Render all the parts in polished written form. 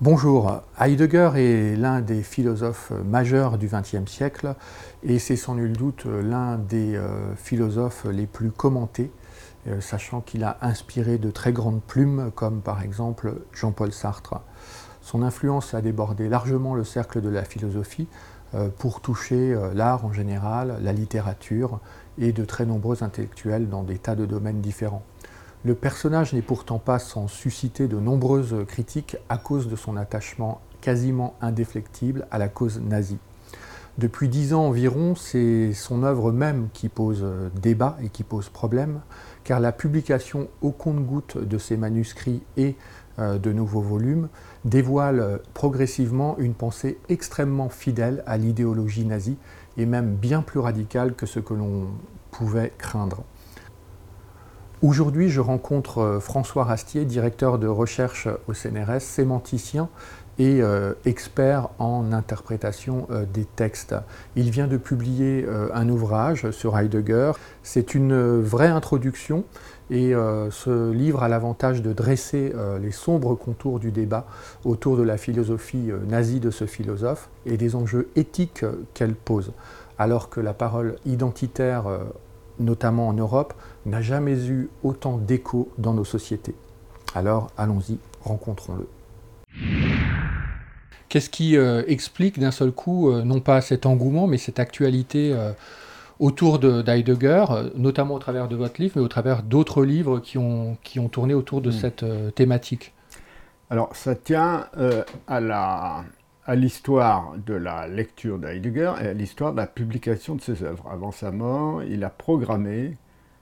Bonjour, Heidegger est l'un des philosophes majeurs du XXe siècle et c'est sans nul doute l'un des philosophes les plus commentés, sachant qu'il a inspiré de très grandes plumes comme par exemple Jean-Paul Sartre. Son influence a débordé largement le cercle de la philosophie pour toucher l'art en général, la littérature et de très nombreux intellectuels dans des tas de domaines différents. Le personnage n'est pourtant pas sans susciter de nombreuses critiques à cause de son attachement quasiment indéflectible à la cause nazie. Depuis 10 ans environ, c'est son œuvre même qui pose débat et qui pose problème, car la publication au compte-gouttes de ses manuscrits et de nouveaux volumes dévoile progressivement une pensée extrêmement fidèle à l'idéologie nazie et même bien plus radicale que ce que l'on pouvait craindre. Aujourd'hui, je rencontre François Rastier, directeur de recherche au CNRS, sémanticien et expert en interprétation des textes. Il vient de publier un ouvrage sur Heidegger. C'est une vraie introduction et ce livre a l'avantage de dresser les sombres contours du débat autour de la philosophie nazie de ce philosophe et des enjeux éthiques qu'elle pose, alors que la parole identitaire notamment en Europe, n'a jamais eu autant d'écho dans nos sociétés. Alors, allons-y, rencontrons-le. Qu'est-ce qui explique d'un seul coup, non pas cet engouement, mais cette actualité autour d'Heidegger, notamment au travers de votre livre, mais au travers d'autres livres qui ont tourné autour de cette thématique? Alors, ça tient à l'histoire de la lecture d'Heidegger et à l'histoire de la publication de ses œuvres. Avant sa mort, il a programmé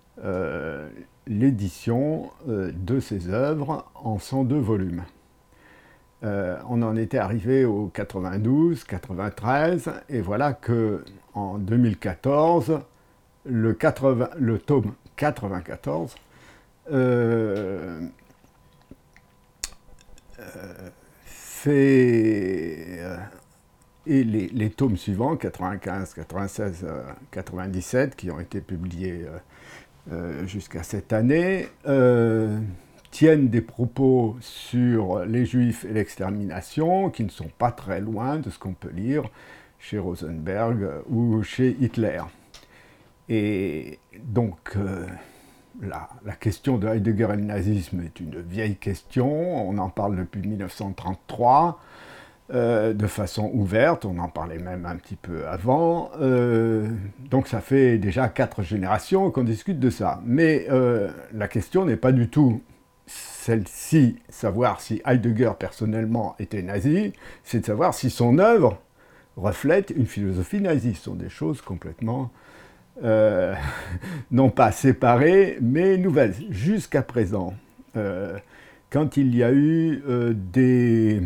l'édition de ses œuvres en 102 volumes. On en était arrivé au 92, 93, et voilà que en 2014, le tome 94 et les tomes suivants, 95, 96, 97, qui ont été publiés jusqu'à cette année, tiennent des propos sur les Juifs et l'extermination qui ne sont pas très loin de ce qu'on peut lire chez Rosenberg ou chez Hitler. Et donc, la question de Heidegger et le nazisme est une vieille question, on en parle depuis 1933, de façon ouverte, on en parlait même un petit peu avant, donc ça fait déjà 4 générations qu'on discute de ça. Mais la question n'est pas du tout celle-ci, savoir si Heidegger personnellement était nazi, c'est de savoir si son œuvre reflète une philosophie nazie. Ce sont des choses complètement non pas séparées, mais nouvelles. Jusqu'à présent, quand il y a eu des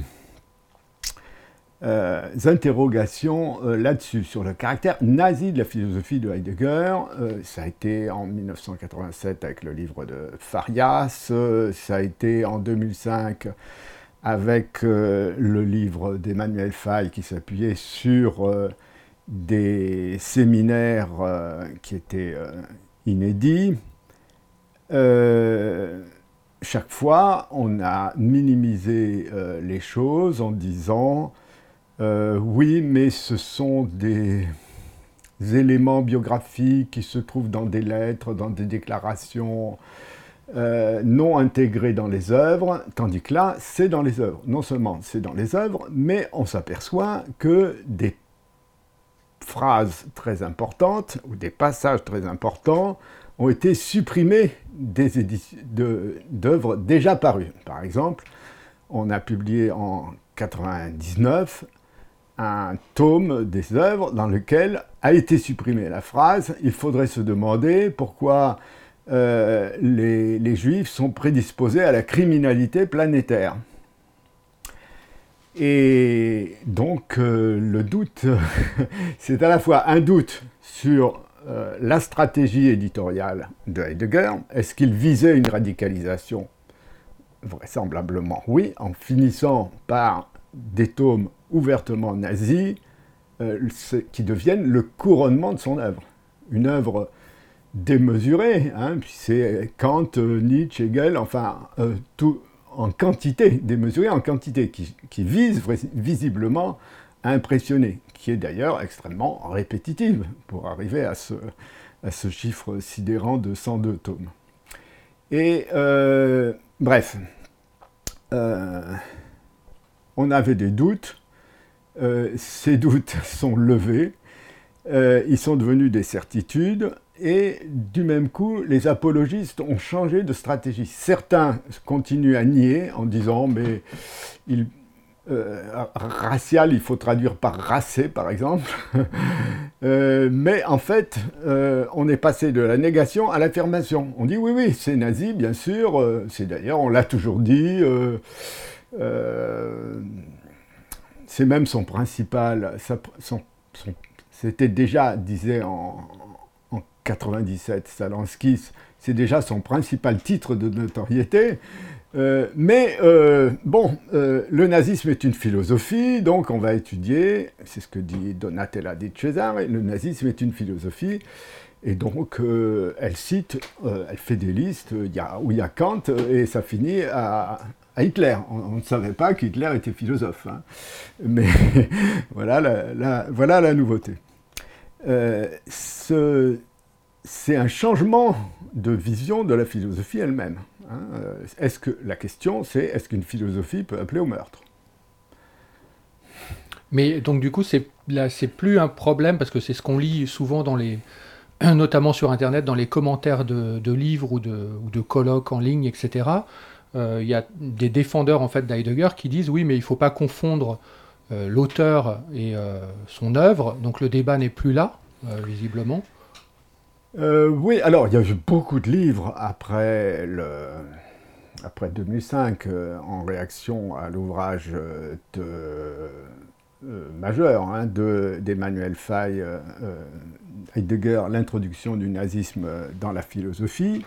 interrogations là-dessus, sur le caractère nazi de la philosophie de Heidegger, ça a été en 1987 avec le livre de Farias, ça a été en 2005 avec le livre d'Emmanuel Faye qui s'appuyait sur des séminaires qui étaient inédits. Chaque fois, on a minimisé les choses en disant oui, mais ce sont des éléments biographiques qui se trouvent dans des lettres, dans des déclarations non intégrées dans les œuvres, tandis que là, c'est dans les œuvres. Non seulement c'est dans les œuvres, mais on s'aperçoit que des phrases très importantes ou des passages très importants ont été supprimés d'œuvres déjà parues. Par exemple, on a publié en 1999 un tome des œuvres dans lequel a été supprimée la phrase « Il faudrait se demander pourquoi les Juifs sont prédisposés à la criminalité planétaire ». Et donc le doute, c'est à la fois un doute sur la stratégie éditoriale de Heidegger. Est-ce qu'il visait une radicalisation? Vraisemblablement oui, en finissant par des tomes ouvertement nazis qui deviennent le couronnement de son œuvre. Une œuvre démesurée, hein, puis c'est Kant, Nietzsche, Hegel, enfin tout en quantité, démesuré en quantité, qui vise visiblement à impressionner, qui est d'ailleurs extrêmement répétitive pour arriver à ce chiffre sidérant de 102 tomes. Et bref, on avait des doutes, ces doutes sont levés, ils sont devenus des certitudes, et du même coup, les apologistes ont changé de stratégie. Certains continuent à nier en disant « mais racial, il faut traduire par racé, par exemple ». Mais en fait, on est passé de la négation à l'affirmation. On dit « oui, oui, c'est nazi, bien sûr, c'est d'ailleurs, on l'a toujours dit, c'est même son principal, c'était déjà, disait en 97 Salanskis, c'est déjà son principal titre de notoriété. Mais le nazisme est une philosophie, donc on va étudier, c'est ce que dit Donatella Di Cesare, le nazisme est une philosophie, et donc elle cite, elle fait des listes où il y a Kant, et ça finit à Hitler. On ne savait pas qu'Hitler était philosophe, hein. Mais voilà la nouveauté. C'est un changement de vision de la philosophie elle-même. Hein. La question, c'est est-ce qu'une philosophie peut appeler au meurtre ? Mais donc du coup, c'est plus un problème, parce que c'est ce qu'on lit souvent notamment sur Internet, dans les commentaires de livres ou de colloques en ligne, etc. Il y a des défendeurs en fait, d'Heidegger qui disent « oui, mais il ne faut pas confondre l'auteur et son œuvre, donc le débat n'est plus là, visiblement ». Oui, alors il y a eu beaucoup de livres après 2005 en réaction à l'ouvrage majeur hein, d'Emmanuel Faye, Heidegger, l'introduction du nazisme dans la philosophie.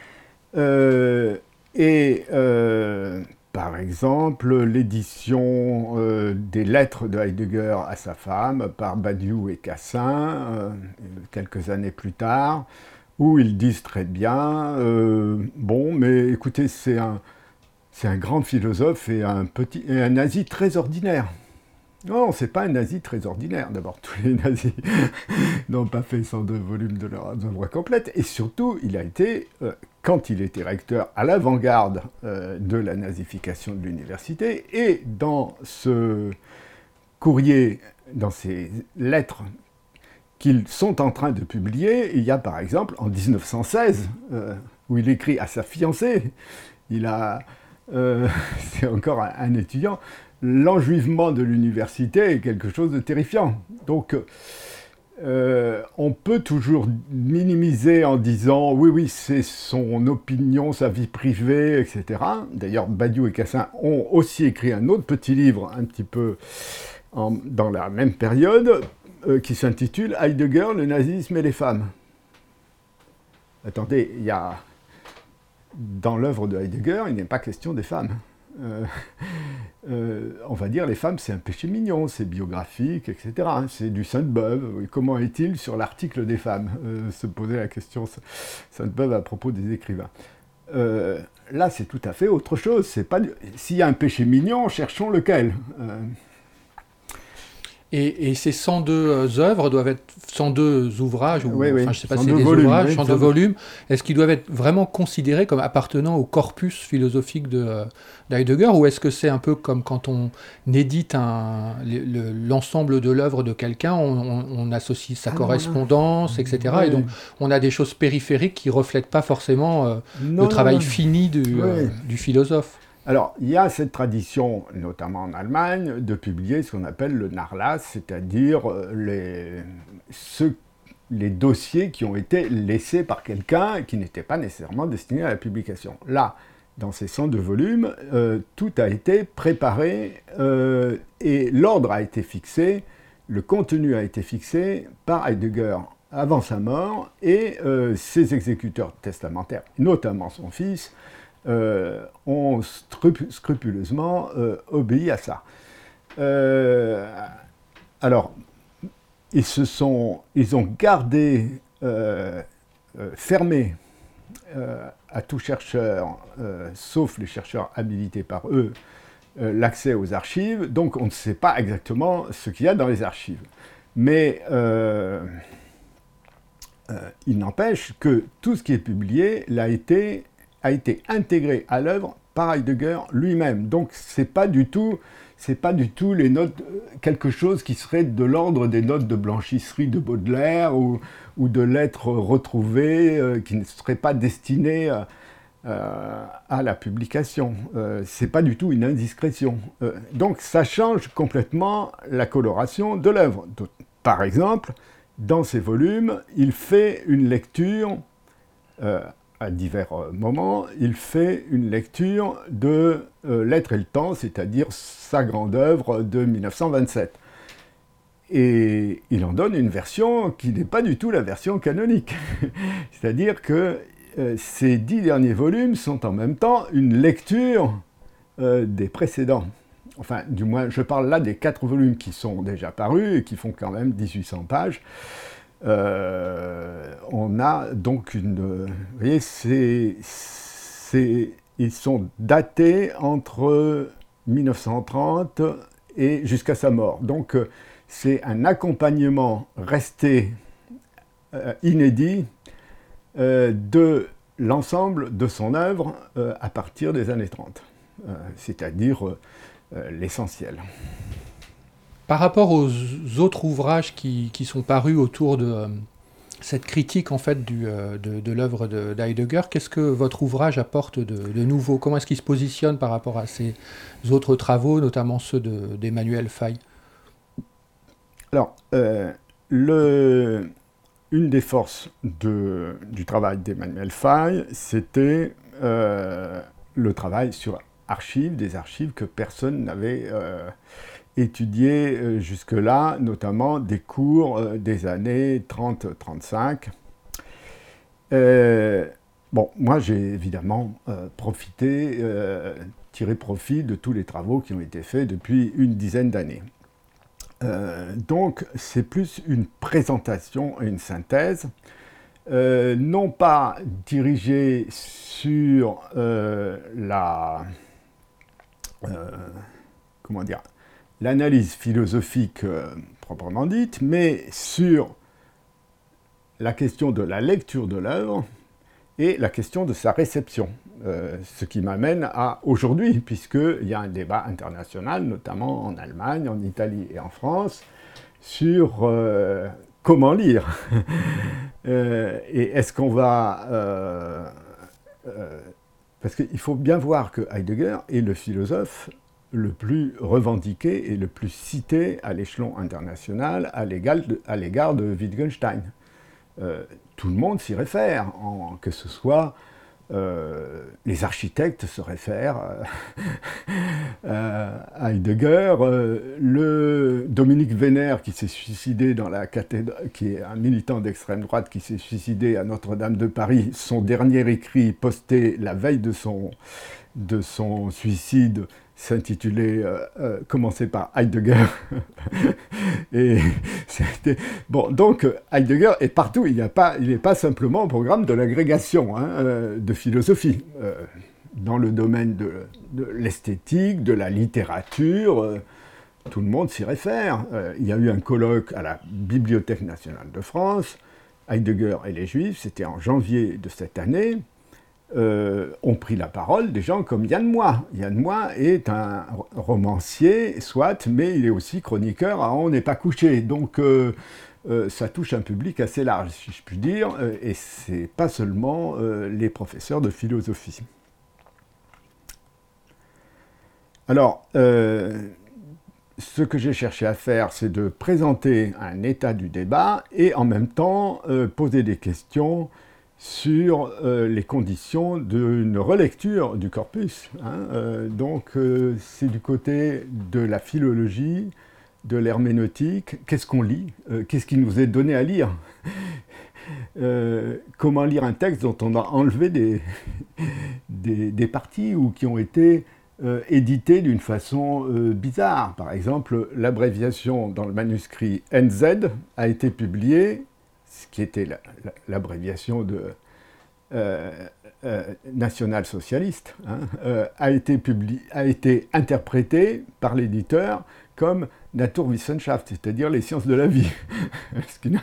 Par exemple, l'édition des lettres de Heidegger à sa femme par Badiou et Cassin, quelques années plus tard, où ils disent très bien bon, mais écoutez, c'est un grand philosophe et un nazi très ordinaire. Non, c'est pas un nazi très ordinaire. D'abord, tous les nazis n'ont pas fait 102 volumes de leurs œuvres complètes. Et surtout, il a été, quand il était recteur, à l'avant-garde de la nazification de l'université. Et dans ce courrier, dans ces lettres qu'ils sont en train de publier, il y a par exemple, en 1916, où il écrit à sa fiancée, c'est encore un étudiant, l'enjuivement de l'université est quelque chose de terrifiant. Donc, on peut toujours minimiser en disant « oui, c'est son opinion, sa vie privée, etc. » D'ailleurs, Badiou et Cassin ont aussi écrit un autre petit livre, un petit peu dans la même période, qui s'intitule « Heidegger, le nazisme et les femmes ». Attendez, dans l'œuvre de Heidegger, il n'est pas question des femmes. On va dire les femmes c'est un péché mignon, c'est biographique, etc. C'est du Sainte-Beuve. Comment est-il sur l'article des femmes se poser la question Sainte-Beuve à propos des écrivains. Là c'est tout à fait autre chose. S'il y a un péché mignon, cherchons lequel. Et ces 102 œuvres doivent être 102 ouvrages, ou oui, enfin, je ne sais pas si c'est des volumes, ouvrages, oui, 102 volumes. Est-ce qu'ils doivent être vraiment considérés comme appartenant au corpus philosophique d'Heidegger, ou est-ce que c'est un peu comme quand on édite l'ensemble de l'œuvre de quelqu'un, on associe sa correspondance, etc. Oui. Et donc on a des choses périphériques qui ne reflètent pas forcément le travail fini du philosophe. Alors, il y a cette tradition, notamment en Allemagne, de publier ce qu'on appelle le Nachlass, c'est-à-dire les dossiers qui ont été laissés par quelqu'un et qui n'étaient pas nécessairement destinés à la publication. Là, dans ces 102 volumes, tout a été préparé et l'ordre a été fixé, le contenu a été fixé par Heidegger avant sa mort et ses exécuteurs testamentaires, notamment son fils, ont scrupuleusement obéi à ça. Alors, ils ont gardé fermé à tout chercheur, sauf les chercheurs habilités par eux, l'accès aux archives, donc on ne sait pas exactement ce qu'il y a dans les archives. Mais il n'empêche que tout ce qui est publié a été intégré à l'œuvre par Heidegger lui-même. Donc c'est pas du tout les notes, quelque chose qui serait de l'ordre des notes de blanchisserie de Baudelaire ou de lettres retrouvées qui ne seraient pas destinées à la publication. C'est pas du tout une indiscrétion. Donc ça change complètement la coloration de l'œuvre. Par exemple, dans ces volumes, il fait une lecture, à divers moments, il fait une lecture de L'être et le temps, c'est-à-dire sa grande œuvre de 1927. Et il en donne une version qui n'est pas du tout la version canonique. C'est-à-dire que ces 10 derniers volumes sont en même temps une lecture des précédents. Enfin, du moins, je parle là des 4 volumes qui sont déjà parus et qui font quand même 1800 pages. On a donc une... Vous voyez, ils sont datés entre 1930 et jusqu'à sa mort. Donc, c'est un accompagnement resté inédit de l'ensemble de son œuvre à partir des années 30, c'est-à-dire l'essentiel. Par rapport aux autres ouvrages qui sont parus autour de cette critique en fait de l'œuvre d'Heidegger, qu'est-ce que votre ouvrage apporte de nouveau? Comment est-ce qu'il se positionne par rapport à ces autres travaux, notamment ceux d'Emmanuel Faye? Alors, une des forces du travail d'Emmanuel Faye, c'était le travail sur archives, des archives que personne n'avait étudiées jusque-là, notamment des cours des années 30-35. Bon, moi j'ai évidemment tiré profit de tous les travaux qui ont été faits depuis une dizaine d'années. Donc c'est plus une présentation et une synthèse, non pas dirigée sur l'analyse philosophique proprement dite, mais sur la question de la lecture de l'œuvre et la question de sa réception. Ce qui m'amène à aujourd'hui, puisqu'il y a un débat international, notamment en Allemagne, en Italie et en France, sur comment lire. Et est-ce qu'on va... parce qu'il faut bien voir que Heidegger est le philosophe le plus revendiqué et le plus cité à l'échelon international à l'égard de Wittgenstein. Tout le monde s'y réfère, que ce soit les architectes se réfèrent à Heidegger, le Dominique Vénère qui s'est suicidé dans la cathédrale, qui est un militant d'extrême droite qui s'est suicidé à Notre-Dame de Paris, son dernier écrit posté la veille de son suicide s'intitulait commencé par Heidegger. Et bon, donc Heidegger est partout, il n'est pas simplement au programme de l'agrégation de philosophie. Dans le domaine de l'esthétique, de la littérature, tout le monde s'y réfère. Il y a eu un colloque à la Bibliothèque nationale de France, Heidegger et les Juifs, c'était en janvier de cette année. Ont pris la parole des gens comme Yann Moix. Yann Moix est un romancier, soit, mais il est aussi chroniqueur à On n'est pas couché. Donc ça touche un public assez large, si je puis dire, et c'est pas seulement les professeurs de philosophie. Alors, ce que j'ai cherché à faire, c'est de présenter un état du débat et en même temps poser des questions sur les conditions d'une relecture du corpus. Donc c'est du côté de la philologie, de l'herméneutique, qu'est-ce qu'on lit, qu'est-ce qui nous est donné à lire, comment lire un texte dont on a enlevé des parties ou qui ont été éditées d'une façon bizarre. Par exemple, l'abréviation dans le manuscrit NZ a été publiée, ce qui était l'abréviation national-socialiste, a été interprété par l'éditeur comme Naturwissenschaft, c'est-à-dire les sciences de la vie, ce qui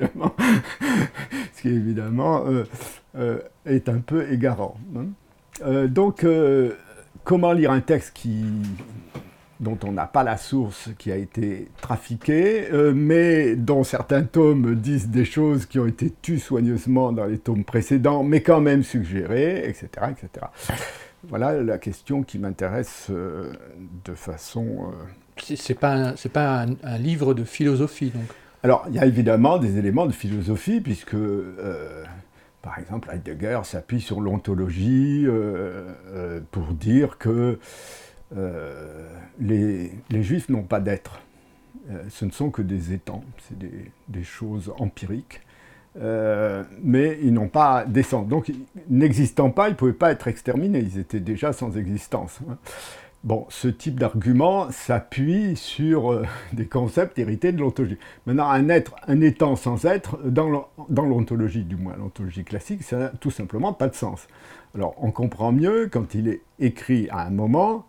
évidemment est un peu égarant. Donc, comment lire un texte dont on n'a pas la source, qui a été trafiqué, mais dont certains tomes disent des choses qui ont été tues soigneusement dans les tomes précédents, mais quand même suggérées, etc., etc. Voilà la question qui m'intéresse de façon... C'est pas un livre de philosophie, donc. Alors, il y a évidemment des éléments de philosophie, puisque, par exemple, Heidegger s'appuie sur l'ontologie pour dire que les Juifs n'ont pas d'être. Ce ne sont que des étangs, c'est des choses empiriques, mais ils n'ont pas d'essence. Donc, n'existant pas, ils ne pouvaient pas être exterminés, ils étaient déjà sans existence. Bon, ce type d'argument s'appuie sur des concepts hérités de l'ontologie. Maintenant, un étant sans être, dans l'ontologie, du moins l'ontologie classique, ça n'a tout simplement pas de sens. Alors, on comprend mieux quand il est écrit à un moment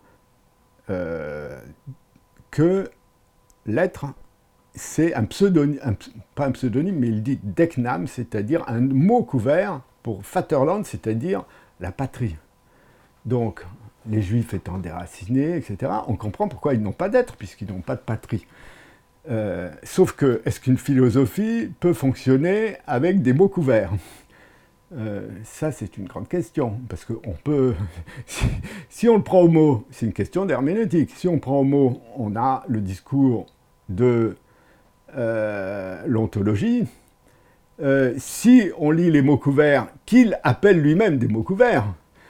que l'être, c'est un pseudonyme, pas un pseudonyme, mais il dit Decknam, c'est-à-dire un mot couvert pour Vaterland, c'est-à-dire la patrie. Donc, les Juifs étant déracinés, etc., on comprend pourquoi ils n'ont pas d'être, puisqu'ils n'ont pas de patrie. Sauf que, est-ce qu'une philosophie peut fonctionner avec des mots couverts ? Ça, c'est une grande question, parce qu'on peut... si on le prend au mot, c'est une question d'herméneutique. Si on prend au mot, on a le discours de l'ontologie. Si on lit les mots couverts, qu'il appelle lui-même des mots couverts,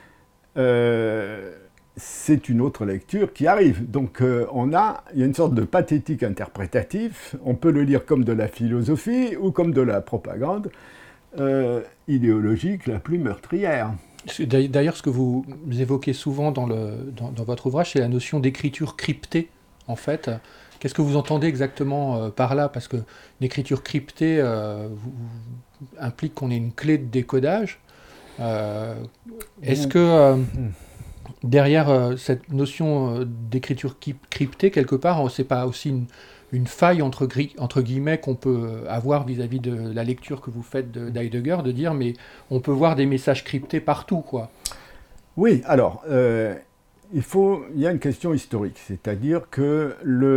c'est une autre lecture qui arrive. Donc il y a une sorte de pathétique interprétatif. On peut le lire comme de la philosophie ou comme de la propagande idéologique la plus meurtrière. D'ailleurs, ce que vous évoquez souvent dans votre ouvrage, c'est la notion d'écriture cryptée, en fait. Qu'est-ce que vous entendez exactement par là ? Parce qu'une écriture cryptée implique qu'on ait une clé de décodage. Est-ce que derrière cette notion d'écriture cryptée, quelque part, c'est pas aussi une faille entre guillemets qu'on peut avoir vis-à-vis de la lecture que vous faites d'Heidegger, de dire mais on peut voir des messages cryptés partout, quoi. Oui, alors il y a une question historique, c'est-à-dire que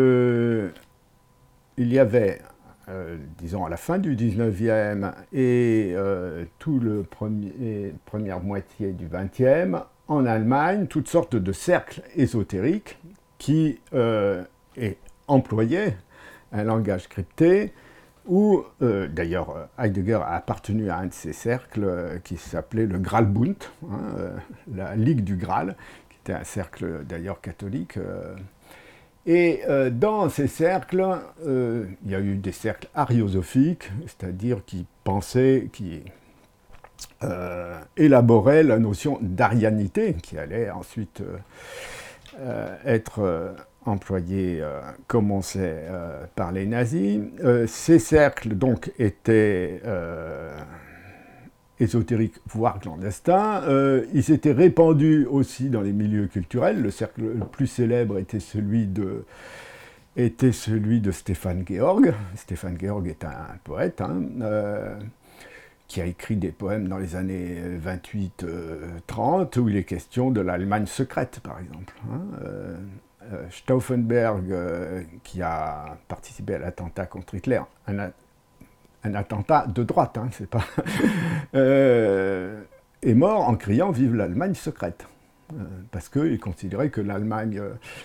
il y avait disons à la fin du 19e et tout première moitié du 20e, en Allemagne, toutes sortes de cercles ésotériques qui employaient un langage crypté, où d'ailleurs Heidegger a appartenu à un de ces cercles qui s'appelait le Gralbund, la Ligue du Graal, qui était un cercle d'ailleurs catholique. Et dans ces cercles, il y a eu des cercles ariosophiques, c'est-à-dire qui pensaient, qui élaboraient la notion d'arianité, qui allait ensuite être employée, comme on sait, par les nazis. Ces cercles, donc, étaient ésotériques, voire clandestins. Ils étaient répandus aussi dans les milieux culturels. Le cercle le plus célèbre était celui de Stefan Georg. Stefan Georg est un poète qui a écrit des poèmes dans les années 28-30, où il est question de l'Allemagne secrète, par exemple. Stauffenberg, qui a participé à l'attentat contre Hitler, un attentat de droite, c'est pas... est mort en criant « Vive l'Allemagne secrète !» parce qu'il considérait que l'Allemagne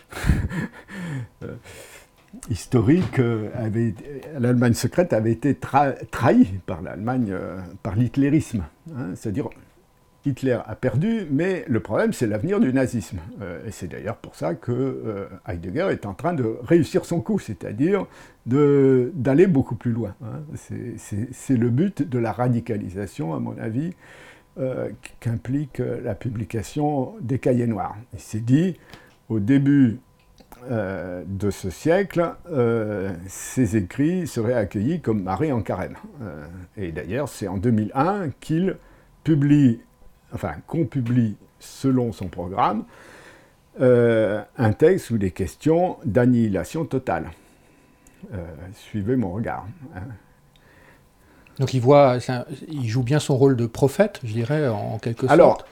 historique, l'Allemagne secrète avait été trahie par l'Allemagne, par l'hitlérisme. C'est-à-dire, Hitler a perdu, mais le problème, c'est l'avenir du nazisme. Et c'est d'ailleurs pour ça que Heidegger est en train de réussir son coup, c'est-à-dire d'aller beaucoup plus loin. C'est le but de la radicalisation, à mon avis, qu'implique la publication des Cahiers noirs. Il s'est dit, au début de ce siècle, ces écrits seraient accueillis comme marée en carême. Et d'ailleurs, c'est en 2001 qu'il publie qu'on publie selon son programme un texte où il est question d'annihilation totale. Suivez mon regard. Hein. Donc il joue bien son rôle de prophète, je dirais, en quelque sorte. Alors,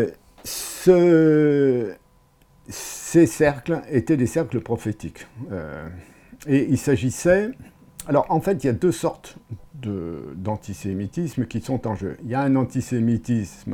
ces cercles étaient des cercles prophétiques. Et il s'agissait... Alors, en fait, il y a deux sortes d'antisémitisme qui sont en jeu. Il y a un antisémitisme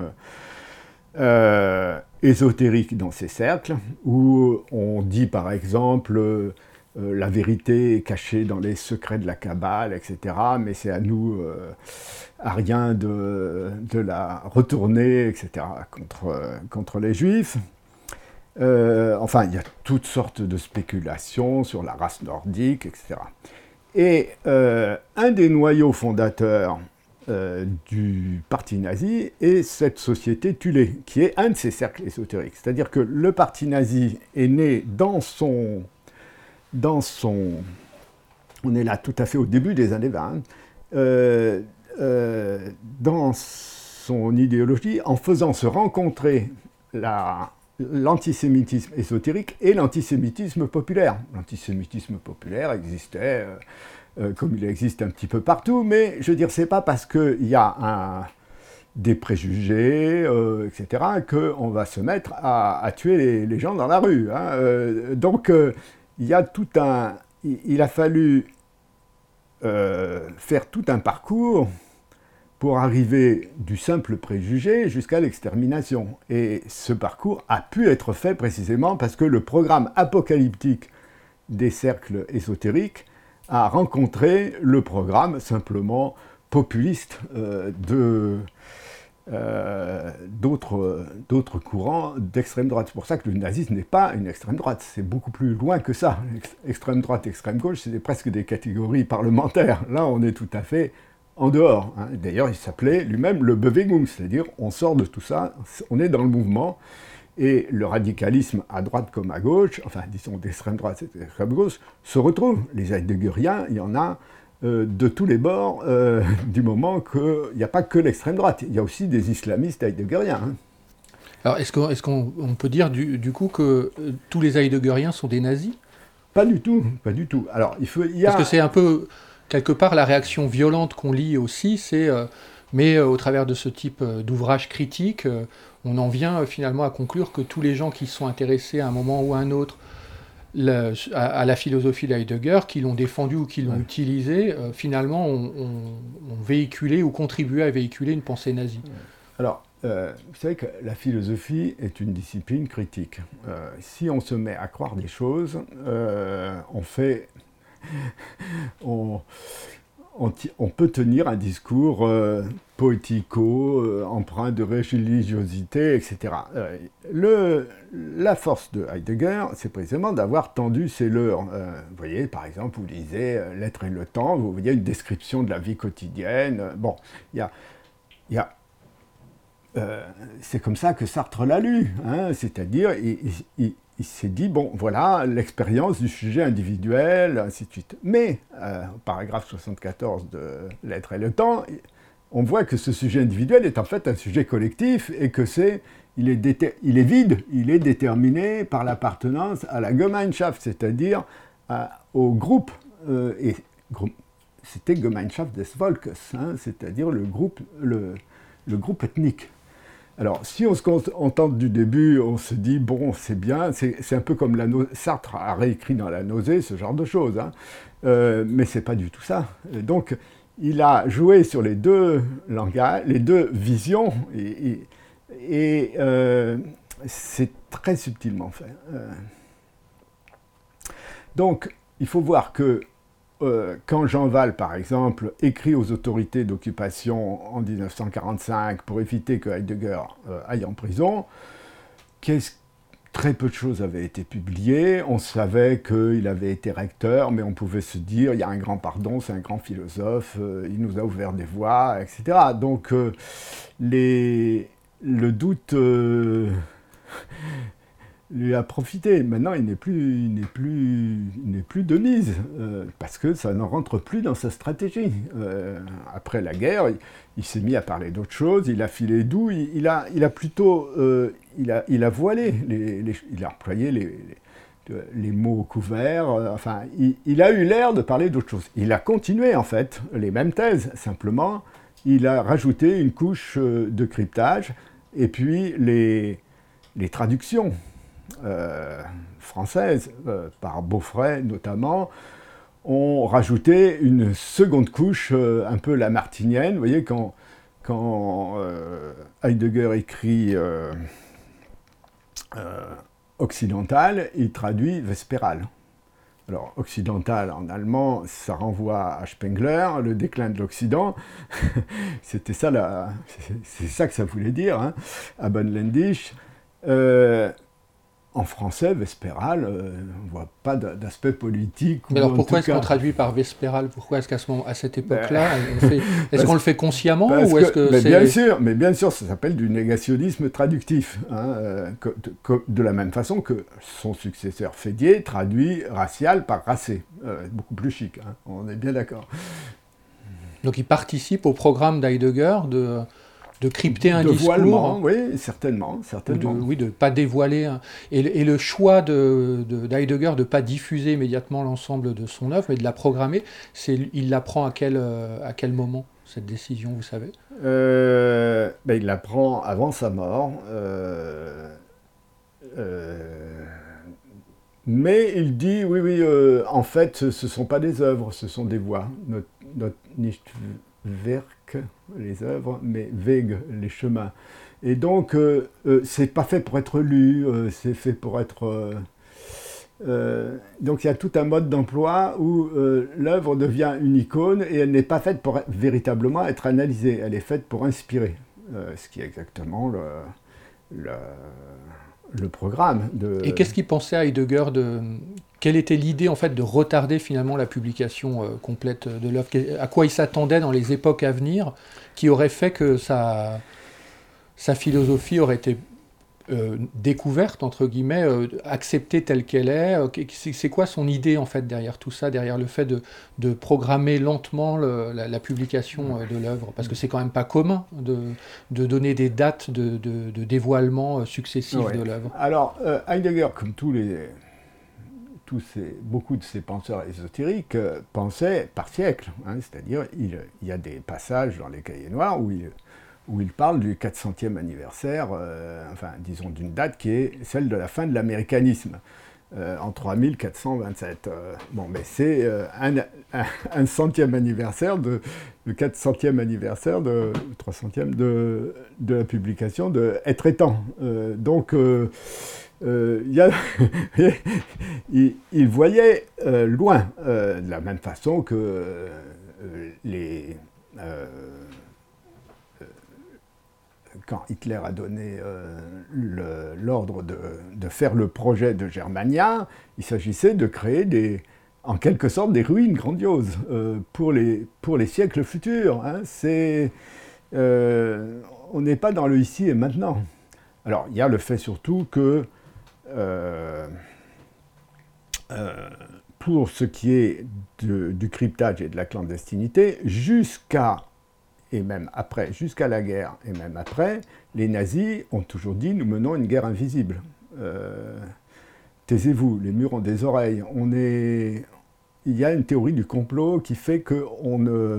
ésotérique dans ces cercles, où on dit, par exemple... la vérité est cachée dans les secrets de la Kabbale, etc. Mais c'est à nous, à rien de la retourner, etc., contre les Juifs. Enfin, il y a toutes sortes de spéculations sur la race nordique, etc. Et un des noyaux fondateurs du parti nazi est cette société Thulé, qui est un de ces cercles ésotériques. C'est-à-dire que le parti nazi est né dans son... On est là tout à fait au début des années 20, dans son idéologie, en faisant se rencontrer l'antisémitisme ésotérique et l'antisémitisme populaire. L'antisémitisme populaire existait, comme il existe un petit peu partout, mais je veux dire, c'est pas parce qu'il y a des préjugés, etc., qu'on va se mettre à tuer les gens dans la rue. Hein. Donc, il a fallu faire tout un parcours pour arriver du simple préjugé jusqu'à l'extermination. Et ce parcours a pu être fait précisément parce que le programme apocalyptique des cercles ésotériques a rencontré le programme simplement populiste d'autres courants d'extrême droite. C'est pour ça que le nazisme n'est pas une extrême droite, c'est beaucoup plus loin que ça. Extrême droite, extrême gauche, c'est presque des catégories parlementaires. Là, on est tout à fait en dehors. Hein. D'ailleurs, il s'appelait lui-même le Bewegung, c'est-à-dire on sort de tout ça, on est dans le mouvement, et le radicalisme à droite comme à gauche, enfin disons d'extrême droite et d'extrême gauche, se retrouve. Les heideggeriens, il y en a de tous les bords, du moment qu'il n'y a pas que l'extrême droite, il y a aussi des islamistes heideggeriens. Hein. Alors, est-ce qu'on peut dire du coup que tous les heideggeriens sont des nazis ? Pas du tout, pas du tout. Alors, Parce que c'est un peu, quelque part, la réaction violente qu'on lit aussi, c'est... mais au travers de ce type d'ouvrage critique, on en vient finalement à conclure que tous les gens qui sont intéressés à un moment ou à un autre à la philosophie d'Heidegger, qui l'ont défendue ou qui l'ont utilisée, finalement ont véhiculé ou contribué à véhiculer une pensée nazie. Alors, vous savez que la philosophie est une discipline critique. Si on se met à croire des choses, on peut tenir un discours poético, empreint de religiosité, etc. La force de Heidegger, c'est précisément d'avoir tendu ses leurres. Vous voyez, par exemple, vous lisez L'être et le temps, vous voyez une description de la vie quotidienne. Bon, c'est comme ça que Sartre l'a lu, hein, c'est-à-dire il s'est dit, bon, voilà l'expérience du sujet individuel, ainsi de suite. Mais, au paragraphe 74 de L'être et le temps, on voit que ce sujet individuel est en fait un sujet collectif et que il est vide, il est déterminé par l'appartenance à la Gemeinschaft, c'est-à-dire au groupe. C'était Gemeinschaft des Volkes, hein, c'est-à-dire le groupe ethnique. Alors, si on se contente du début, on se dit, bon, c'est bien, c'est un peu comme Sartre a réécrit dans La nausée, ce genre de choses, hein. Mais c'est pas du tout ça. Donc, il a joué sur les deux langages, les deux visions, et c'est très subtilement fait. Donc, il faut voir que quand Jean Val, par exemple, écrit aux autorités d'occupation en 1945 pour éviter que Heidegger aille en prison, très peu de choses avaient été publiées. On savait qu'il avait été recteur, mais on pouvait se dire, il y a un grand pardon, c'est un grand philosophe, il nous a ouvert des voies, etc. Donc, le doute lui a profité. Maintenant, il n'est plus de mise, parce que ça ne rentre plus dans sa stratégie. Après la guerre, il s'est mis à parler d'autre chose, il a filé doux, il a plutôt... il a voilé, il a employé les mots couverts, enfin, il a eu l'air de parler d'autre chose. Il a continué, en fait, les mêmes thèses, simplement, il a rajouté une couche de cryptage, et puis les traductions françaises, par Beaufray notamment, ont rajouté une seconde couche, un peu lamartinienne. Vous voyez, quand Heidegger écrit occidental, il traduit vespéral. Alors, occidental en allemand, ça renvoie à Spengler, le déclin de l'Occident. C'est ça que ça voulait dire, hein, abendländisch. En français, vespéral, on ne voit pas d'aspect politique. Mais alors pourquoi est-ce qu'on traduit par vespéral? Pourquoi est-ce qu'à cette époque-là, est-ce qu'on le fait consciemment ou est-ce que c'est... Bien sûr, ça s'appelle du négationnisme traductif. Hein, de la même façon que son successeur Fédier traduit racial par racé. Beaucoup plus chic, hein, on est bien d'accord. Donc il participe au programme d'Heidegger de crypter un discours. Voilement, oui, certainement. De ne pas dévoiler. Et le choix d'Heidegger de ne pas diffuser immédiatement l'ensemble de son œuvre, mais de la programmer, il la prend à quel moment, cette décision, vous savez? Il la prend avant sa mort. Mais il dit, oui, en fait, ce ne sont pas des œuvres, ce sont des voix. Not nicht Werk, les œuvres, mais Weg, les chemins. Et donc, c'est pas fait pour être lu, c'est fait pour être... donc il y a tout un mode d'emploi où l'œuvre devient une icône et elle n'est pas faite pour véritablement être analysée, elle est faite pour inspirer, ce qui est exactement le programme. Et qu'est-ce qu'il pensait Heidegger quelle était l'idée en fait de retarder finalement la publication complète de l'œuvre? À quoi il s'attendait dans les époques à venir qui aurait fait que sa philosophie aurait été découverte, entre guillemets, acceptée telle qu'elle est? C'est quoi son idée en fait derrière tout ça, derrière le fait de programmer lentement la publication de l'œuvre? Parce que c'est quand même pas commun de donner des dates de dévoilement successifs de l'œuvre. Alors, Heidegger, comme beaucoup de ces penseurs ésotériques pensaient par siècle, hein, c'est-à-dire il y a des passages dans les cahiers noirs où il parle du 400e anniversaire, disons d'une date qui est celle de la fin de l'américanisme, en 3427. Mais c'est un centième anniversaire, le 400e anniversaire, le 300e de la publication de Être et temps. Il voyait loin, de la même façon que quand Hitler a donné l'ordre de faire le projet de Germania, il s'agissait de créer en quelque sorte des ruines grandioses pour les siècles futurs. Hein. On n'est pas dans le ici et maintenant. Alors, il y a le fait surtout que pour ce qui est du cryptage et de la clandestinité, jusqu'à la guerre et même après, les nazis ont toujours dit « nous menons une guerre invisible ». Taisez-vous, les murs ont des oreilles. Il y a une théorie du complot qui fait qu'on ne...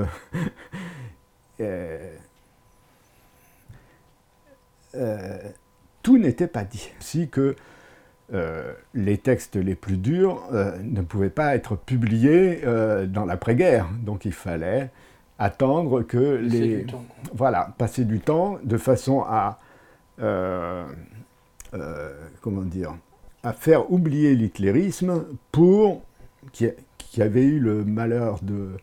tout n'était pas dit. Aussi que les textes les plus durs ne pouvaient pas être publiés dans l'après-guerre. Donc il fallait attendre que passer du temps de façon à à faire oublier l'hitlérisme qui avait eu le malheur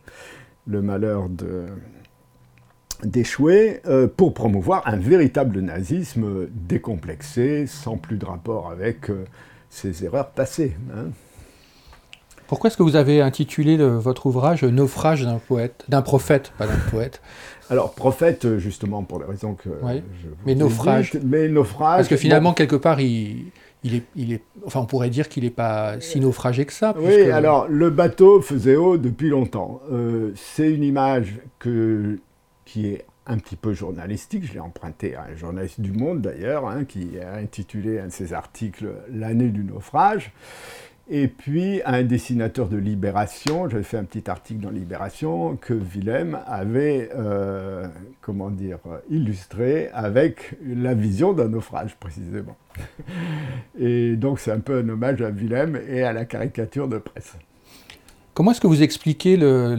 d'échouer pour promouvoir un véritable nazisme décomplexé, sans plus de rapport avec ses erreurs passées. Hein. Pourquoi est-ce que vous avez intitulé votre ouvrage « Naufrage d'un prophète », pas d'un poète? Alors, prophète, justement, pour les raisons que mais naufrage. Mais naufrage. Parce que finalement, quelque part, il enfin, on pourrait dire qu'il n'est pas si naufragé que ça. Oui, alors le bateau faisait eau depuis longtemps. C'est une image qui est un petit peu journalistique. Je l'ai empruntée à un journaliste du Monde d'ailleurs, hein, qui a intitulé un de ses articles L'année du naufrage. Et puis un dessinateur de Libération, j'avais fait un petit article dans Libération que Willem avait illustré avec la vision d'un naufrage précisément. Et donc c'est un peu un hommage à Willem et à la caricature de presse. Comment est-ce que vous expliquez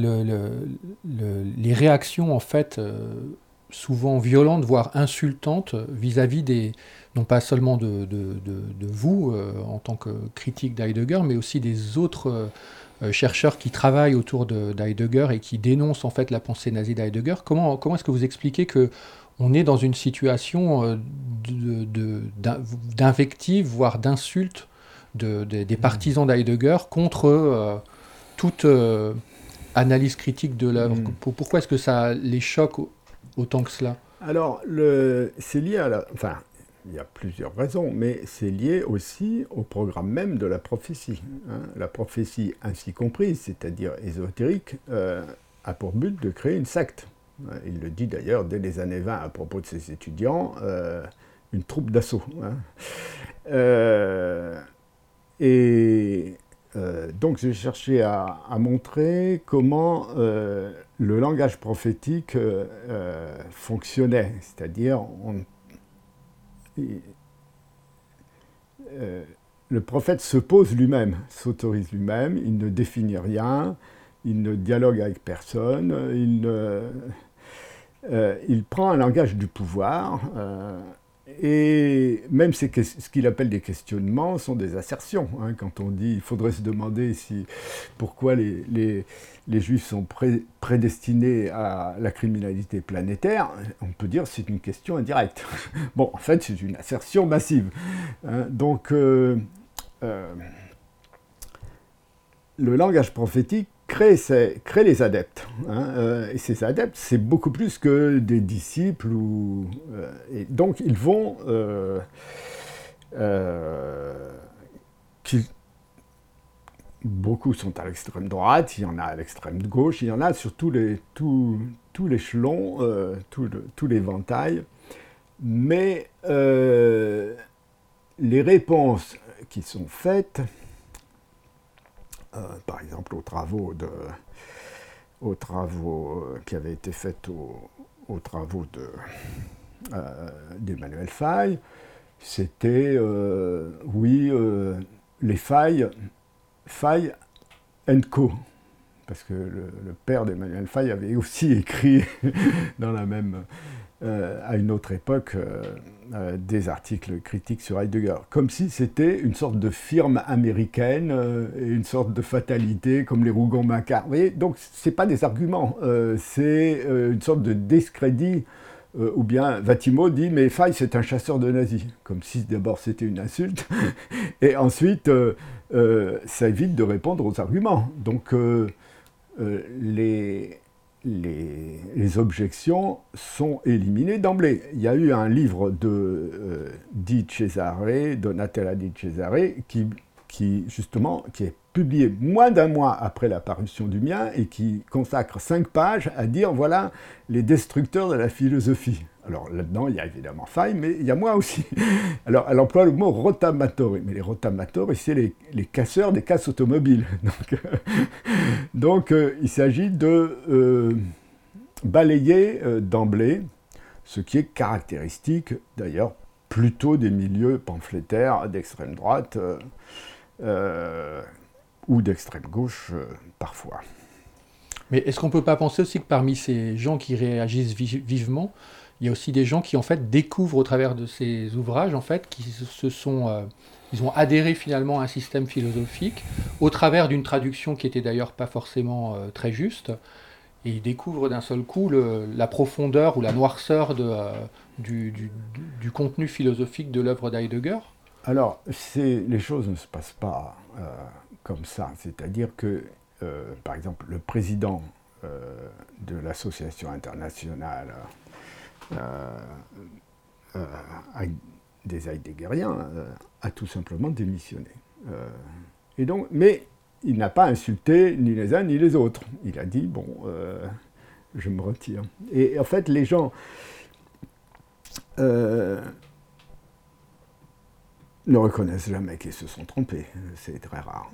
les réactions en fait souvent violentes, voire insultantes vis-à-vis non pas seulement de vous en tant que critique d'Heidegger, mais aussi des autres chercheurs qui travaillent autour d'Heidegger et qui dénoncent en fait la pensée nazie d'Heidegger. Comment est-ce que vous expliquez qu'on est dans une situation d'invective, voire d'insulte des partisans d'Heidegger contre toute analyse critique de l'œuvre? Pourquoi est-ce que ça les choque autant que cela? Alors, c'est lié à Enfin, il y a plusieurs raisons, mais c'est lié aussi au programme même de la prophétie. Hein. La prophétie ainsi comprise, c'est-à-dire ésotérique, a pour but de créer une secte. Il le dit d'ailleurs dès les années 20 à propos de ses étudiants, une troupe d'assaut. Hein. Donc j'ai cherché à montrer comment le langage prophétique fonctionnait, c'est-à-dire le prophète se pose lui-même, s'autorise lui-même, il ne définit rien, il ne dialogue avec personne, il prend un langage du pouvoir. Et même ce qu'il appelle des questionnements sont des assertions. Hein. Quand on dit, il faudrait se demander pourquoi les Juifs sont prédestinés à la criminalité planétaire, on peut dire que c'est une question indirecte. Bon, en fait, c'est une assertion massive. Hein. Donc, le langage prophétique crée les adeptes. Hein, et ces adeptes, c'est beaucoup plus que des disciples. Et donc, ils vont... beaucoup sont à l'extrême droite, il y en a à l'extrême gauche, il y en a sur tout l'échelon, tout l'éventail. Mais les réponses qui sont faites... par exemple, aux travaux qui avaient été faits aux travaux d'Emmanuel Faye, c'était, les Faye & Co. Parce que le père d'Emmanuel Faye avait aussi écrit à une autre époque des articles critiques sur Heidegger, comme si c'était une sorte de firme américaine et une sorte de fatalité comme les Rougon-Macquart. Vous voyez, donc ce n'est pas des arguments, c'est une sorte de discrédit, ou bien Vatimo dit « mais Faye c'est un chasseur de nazis », comme si d'abord c'était une insulte, et ensuite ça évite de répondre aux arguments. Donc les objections sont éliminées d'emblée. Il y a eu un livre de Donatella Di Cesare, qui est publié moins d'un mois après la parution du mien et qui consacre 5 pages à dire voilà les destructeurs de la philosophie. Alors là-dedans, il y a évidemment Faye, mais il y a moi aussi. Alors elle emploie le mot rottamatori, mais les rottamatori, c'est les casseurs des casses automobiles. Donc il s'agit de balayer d'emblée, ce qui est caractéristique d'ailleurs plutôt des milieux pamphlétaires d'extrême droite ou d'extrême gauche parfois. Mais est-ce qu'on ne peut pas penser aussi que parmi ces gens qui réagissent vivement, il y a aussi des gens qui en fait découvrent au travers de ces ouvrages en fait, ils ont adhéré finalement à un système philosophique au travers d'une traduction qui était d'ailleurs pas forcément très juste, et ils découvrent d'un seul coup la profondeur ou la noirceur du contenu philosophique de l'œuvre d'Heidegger. Alors, les choses ne se passent pas comme ça. C'est-à-dire que, par exemple, le président de l'association internationale des heideggeriens a tout simplement démissionné. Mais il n'a pas insulté ni les uns ni les autres. Il a dit, bon, je me retire. Et en fait, les gens ne reconnaissent jamais qu'ils se sont trompés. C'est très rare.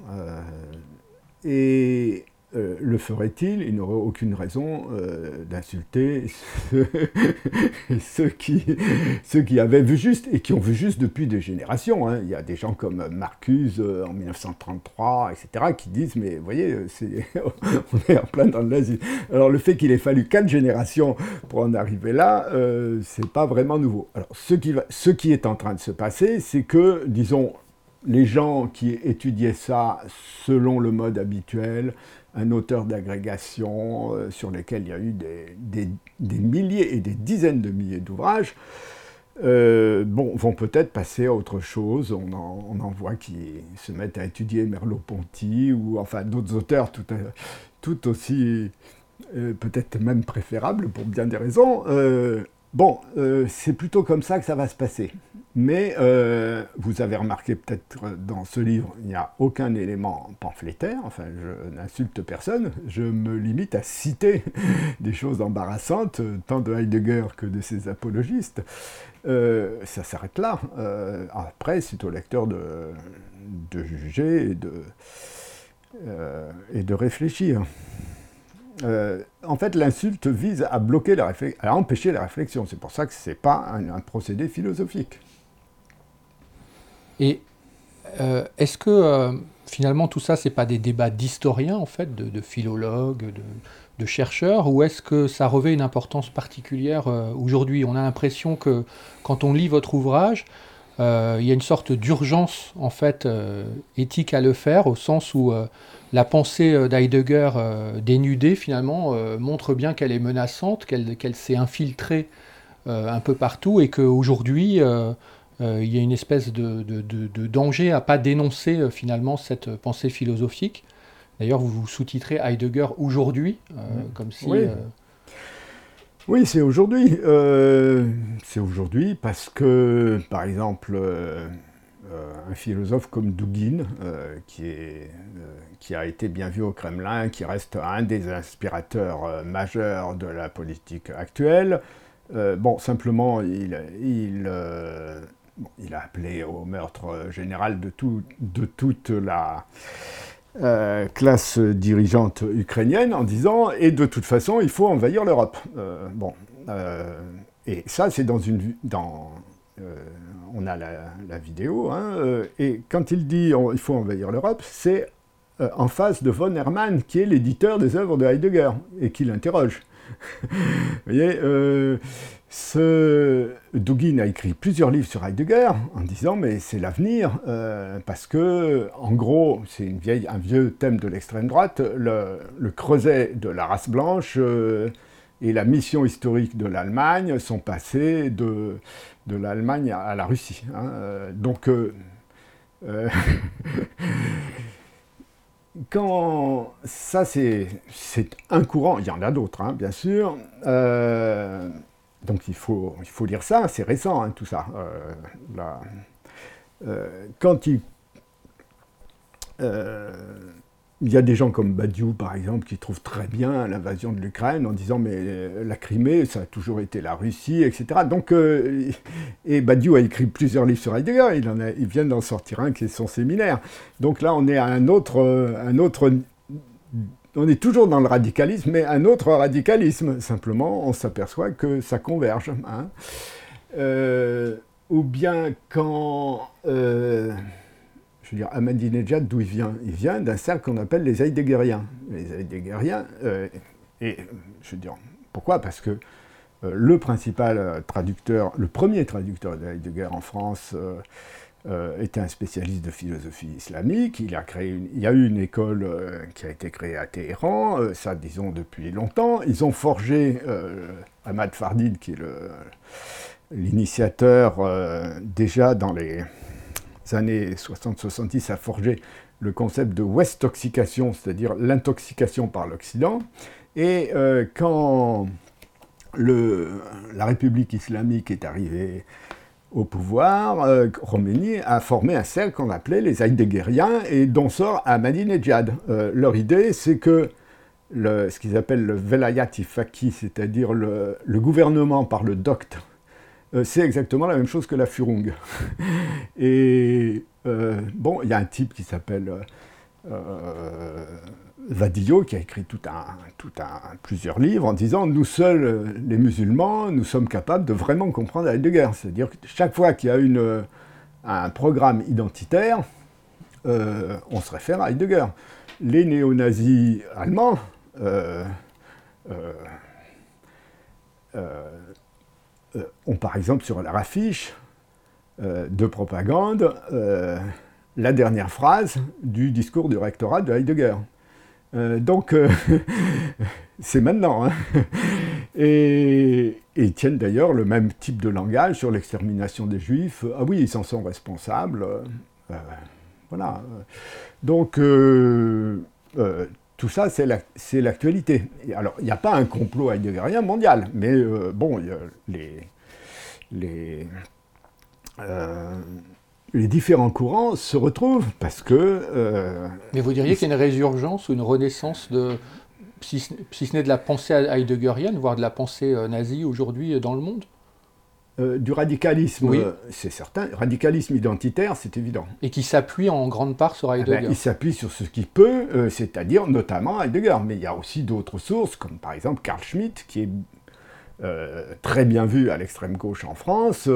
Le ferait-il? Il n'aurait aucune raison d'insulter ceux qui avaient vu juste et qui ont vu juste depuis des générations. Hein. Il y a des gens comme Marcuse en 1933, etc., qui disent, mais vous voyez, on est en plein dans le nazisme. Alors le fait qu'il ait fallu 4 générations pour en arriver là, c'est pas vraiment nouveau. Alors ce qui est en train de se passer, c'est que, disons, les gens qui étudiaient ça selon le mode habituel, un auteur d'agrégation sur lequel il y a eu des milliers et des dizaines de milliers d'ouvrages, vont peut-être passer à autre chose. On en voit qui se mettent à étudier Merleau-Ponty ou enfin d'autres auteurs tout aussi peut-être même préférables pour bien des raisons. C'est plutôt comme ça que ça va se passer. Mais vous avez remarqué peut-être dans ce livre, il n'y a aucun élément pamphlétaire, enfin je n'insulte personne, je me limite à citer des choses embarrassantes, tant de Heidegger que de ses apologistes. Ça s'arrête là. Après, c'est au lecteur de juger et de réfléchir. En fait, l'insulte vise à bloquer à empêcher la réflexion. C'est pour ça que ce n'est pas un procédé philosophique. Et est-ce que finalement tout ça, ce n'est pas des débats d'historiens, en fait, de philologues, de chercheurs, ou est-ce que ça revêt une importance particulière aujourd'hui? On a l'impression que quand on lit votre ouvrage, il y a une sorte d'urgence en fait éthique à le faire, au sens où la pensée d'Heidegger dénudée finalement montre bien qu'elle est menaçante, qu'elle s'est infiltrée un peu partout, et qu'aujourd'hui il y a une espèce de danger à ne pas dénoncer finalement cette pensée philosophique. D'ailleurs, vous sous-titrez Heidegger aujourd'hui, comme si... Oui. Oui, c'est aujourd'hui. C'est aujourd'hui parce que, par exemple, un philosophe comme Dugin, qui a été bien vu au Kremlin, qui reste un des inspirateurs majeurs de la politique actuelle, simplement, il a appelé au meurtre général de toute la classe dirigeante ukrainienne en disant « et de toute façon, il faut envahir l'Europe ». Et ça, c'est on a la vidéo, et quand il dit « il faut envahir l'Europe », c'est en face de von Hermann, qui est l'éditeur des œuvres de Heidegger, et qui l'interroge. Vous voyez, Dugin a écrit plusieurs livres sur Heidegger en disant mais c'est l'avenir parce que en gros c'est un vieux thème de l'extrême droite, le creuset de la race blanche et la mission historique de l'Allemagne sont passés de l'Allemagne à la Russie. Quand ça, c'est un courant, il y en a d'autres, bien sûr. Donc il faut lire ça, c'est récent, tout ça. Quand il y a des gens comme Badiou, par exemple, qui trouvent très bien l'invasion de l'Ukraine en disant mais la Crimée, ça a toujours été la Russie, etc. Donc, et Badiou a écrit plusieurs livres sur Heidegger, il vient d'en sortir un qui est son séminaire. Donc là, on est à un autre on est toujours dans le radicalisme, mais un autre radicalisme. Simplement, on s'aperçoit que ça converge. Ou bien quand... je veux dire, Ahmadinejad, d'où il vient? Il vient d'un cercle qu'on appelle les Heideggeriens. Les Heideggeriens, et je veux dire, pourquoi? Parce que le principal traducteur, le premier traducteur de Heidegger en France, était un spécialiste de philosophie islamique. Il y a eu une école qui a été créée à Téhéran, ça disons depuis longtemps. Ils ont forgé Ahmad Fardid, qui est l'initiateur déjà dans les années 60-70, a forgé le concept de Westoxication, c'est-à-dire l'intoxication par l'Occident. Et quand la République islamique est arrivée au pouvoir, Khomeini a formé un cercle qu'on appelait les Heideggeriens et dont sort Ahmadinejad. Leur idée, c'est que ce qu'ils appellent le velayat faqih, c'est-à-dire le gouvernement par le docte, c'est exactement la même chose que la furung. Et bon, il y a un type qui s'appelle Vadillo qui a écrit plusieurs livres en disant « Nous seuls, les musulmans, nous sommes capables de vraiment comprendre Heidegger ». C'est-à-dire que chaque fois qu'il y a un programme identitaire, on se réfère à Heidegger. Les néo-nazis allemands ont par exemple sur leur affiche de propagande la dernière phrase du discours du rectorat de Heidegger. Donc, c'est maintenant. Hein. Et ils tiennent d'ailleurs le même type de langage sur l'extermination des Juifs. Ah oui, ils s'en sont responsables. Voilà. Donc, tout ça, c'est l'actualité. Et alors, il n'y a pas un complot heideggerien mondial, mais bon, il y a les différents courants se retrouvent parce que... Mais vous diriez qu'il y a une résurgence ou une renaissance, si ce n'est de la pensée heideggerienne, voire de la pensée nazie aujourd'hui dans le monde ? Du radicalisme, oui. C'est certain. Radicalisme identitaire, c'est évident. Et qui s'appuie en grande part sur Heidegger. Il s'appuie sur ce qu'il peut, c'est-à-dire notamment Heidegger. Mais il y a aussi d'autres sources, comme par exemple Carl Schmitt, qui est très bien vu à l'extrême gauche en France,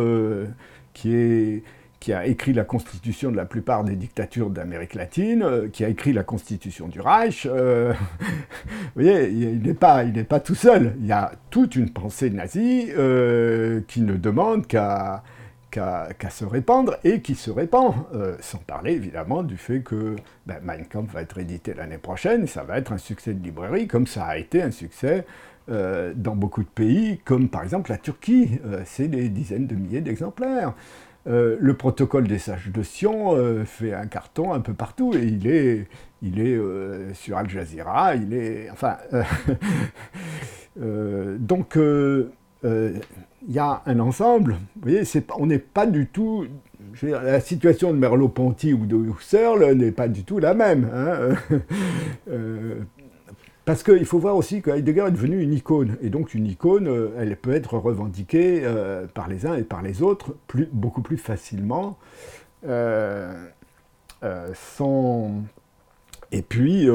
qui a écrit la constitution de la plupart des dictatures d'Amérique latine, qui a écrit la constitution du Reich. Vous voyez, il n'est pas tout seul. Il y a toute une pensée nazie qui ne demande qu'à se répandre et qui se répand. Sans parler évidemment du fait que Mein Kampf va être édité l'année prochaine, et ça va être un succès de librairie, comme ça a été un succès dans beaucoup de pays, comme par exemple la Turquie. C'est des dizaines de milliers d'exemplaires. Le protocole des sages de Sion fait un carton un peu partout, et il est sur Al Jazeera, enfin... donc, il y a un ensemble, vous voyez, on n'est pas du tout... la situation de Merleau-Ponty ou de Husserl n'est pas du tout la même. Hein, parce qu'il faut voir aussi que Heidegger est devenu une icône, et donc une icône, elle peut être revendiquée par les uns et par les autres beaucoup plus facilement. Et puis,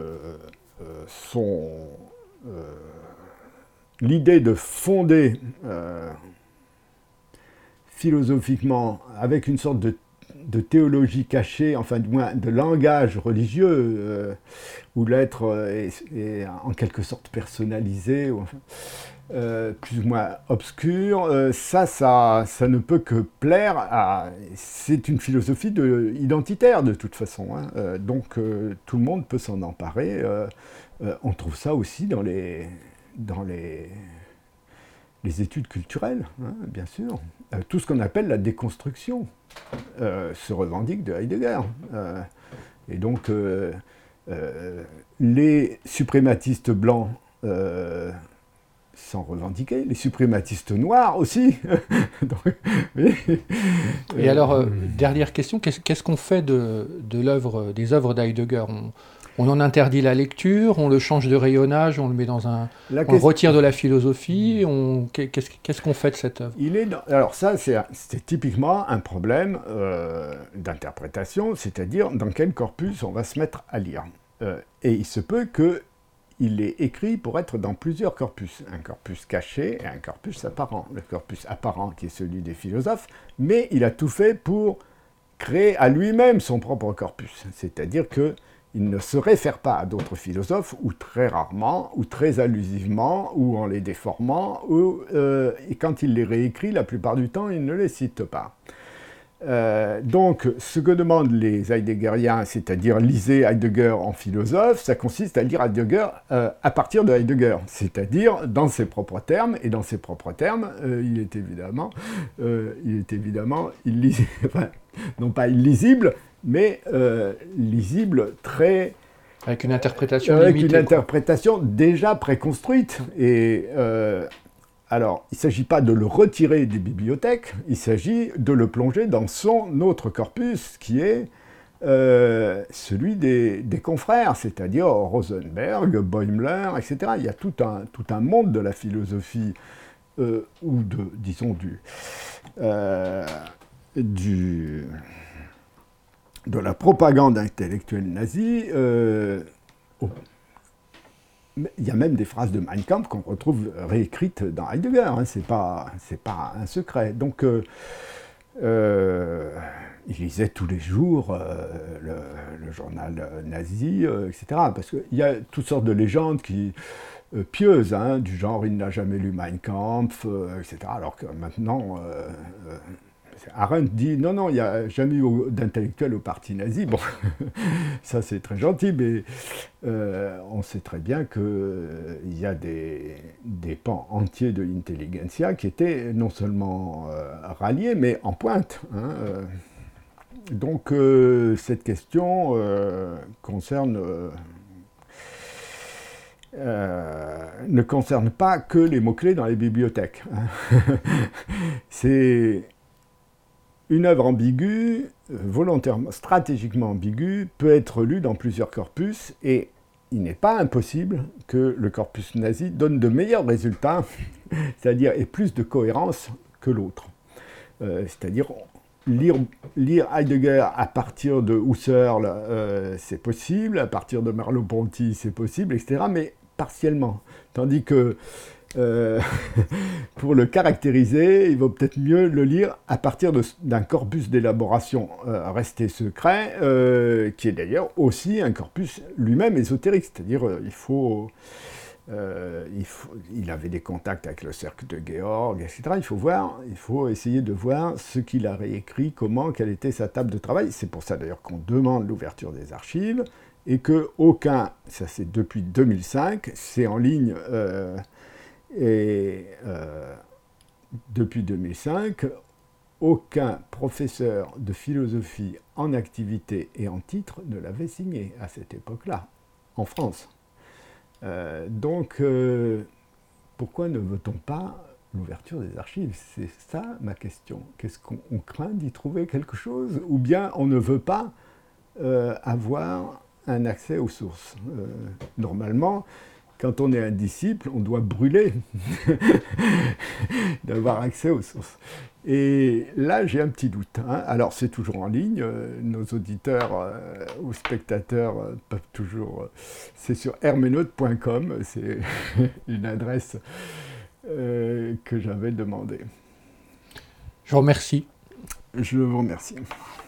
l'idée de fonder philosophiquement, avec une sorte de théologie cachée, enfin du moins de langage religieux, où l'être est en quelque sorte personnalisé, ou enfin, plus ou moins obscur, ça ne peut que plaire à... C'est une philosophie identitaire de toute façon, hein, donc tout le monde peut s'en emparer. On trouve ça aussi dans les études culturelles, hein, bien sûr. Tout ce qu'on appelle la déconstruction se revendique de Heidegger. Et donc, les suprématistes blancs s'en revendiquaient, les suprématistes noirs aussi. Donc, et alors, dernière question, qu'est-ce qu'on fait des œuvres d'Heidegger ? On en interdit la lecture, on le change de rayonnage, on le met dans on le retire de la philosophie. Qu'est-ce qu'on fait de cette œuvre ? Alors ça, c'est typiquement un problème d'interprétation, c'est-à-dire dans quel corpus on va se mettre à lire. Et il se peut qu'il est écrit pour être dans plusieurs corpus. Un corpus caché et un corpus apparent. Le corpus apparent qui est celui des philosophes, mais il a tout fait pour créer à lui-même son propre corpus. C'est-à-dire que il ne se réfère pas à d'autres philosophes, ou très rarement, ou très allusivement, ou en les déformant, et quand il les réécrit, la plupart du temps, il ne les cite pas. Donc, ce que demandent les heideggeriens, c'est-à-dire lisez Heidegger en philosophe, ça consiste à lire Heidegger à partir de Heidegger, c'est-à-dire dans ses propres termes, et dans ses propres termes, il est évidemment illisible, enfin, non pas illisible, mais lisible très... Avec une interprétation avec limitée. Avec une interprétation déjà préconstruite. Et Alors, il ne s'agit pas de le retirer des bibliothèques, il s'agit de le plonger dans son autre corpus, qui est celui des confrères, c'est-à-dire Rosenberg, Bäumler, etc. Il y a tout un monde de la philosophie, ou de la propagande intellectuelle nazie. Il y a même des phrases de Mein Kampf qu'on retrouve réécrites dans Heidegger, hein, c'est pas un secret. Donc, il lisait tous les jours le journal nazi, etc. Parce qu'il y a toutes sortes de légendes pieuses, hein, du genre il n'a jamais lu Mein Kampf, etc. Alors que maintenant, Arendt dit non, il n'y a jamais eu d'intellectuel au parti nazi. Bon, ça c'est très gentil, mais on sait très bien qu'il y a des pans entiers de l'intelligentsia qui étaient non seulement ralliés, mais en pointe. Hein, donc cette question ne concerne pas que les mots-clés dans les bibliothèques. C'est une œuvre ambiguë, volontairement, stratégiquement ambiguë, peut être lue dans plusieurs corpus, et il n'est pas impossible que le corpus nazi donne de meilleurs résultats, c'est-à-dire ait plus de cohérence que l'autre. C'est-à-dire lire Heidegger à partir de Husserl, c'est possible, à partir de Merleau-Ponty, c'est possible, etc., mais partiellement. Tandis que pour le caractériser, il vaut peut-être mieux le lire à partir d'un corpus d'élaboration resté secret, qui est d'ailleurs aussi un corpus lui-même ésotérique, c'est-à-dire il avait des contacts avec le cercle de Georg, etc. Il faut essayer de voir ce qu'il a réécrit, quelle était sa table de travail. C'est pour ça d'ailleurs qu'on demande l'ouverture des archives, et que ça c'est depuis 2005, c'est en ligne, depuis 2005, aucun professeur de philosophie en activité et en titre ne l'avait signé à cette époque-là, en France. Donc, pourquoi ne veut-on pas l'ouverture des archives? C'est ça ma question. Qu'est-ce qu'on craint d'y trouver quelque chose? Ou bien on ne veut pas avoir un accès aux sources? Normalement, quand on est un disciple, on doit brûler d'avoir accès aux sources. Et là, j'ai un petit doute. Hein. Alors, c'est toujours en ligne. Nos auditeurs ou spectateurs peuvent toujours... c'est sur herméneute.com. C'est une adresse que j'avais demandée. Je vous remercie. Je vous remercie.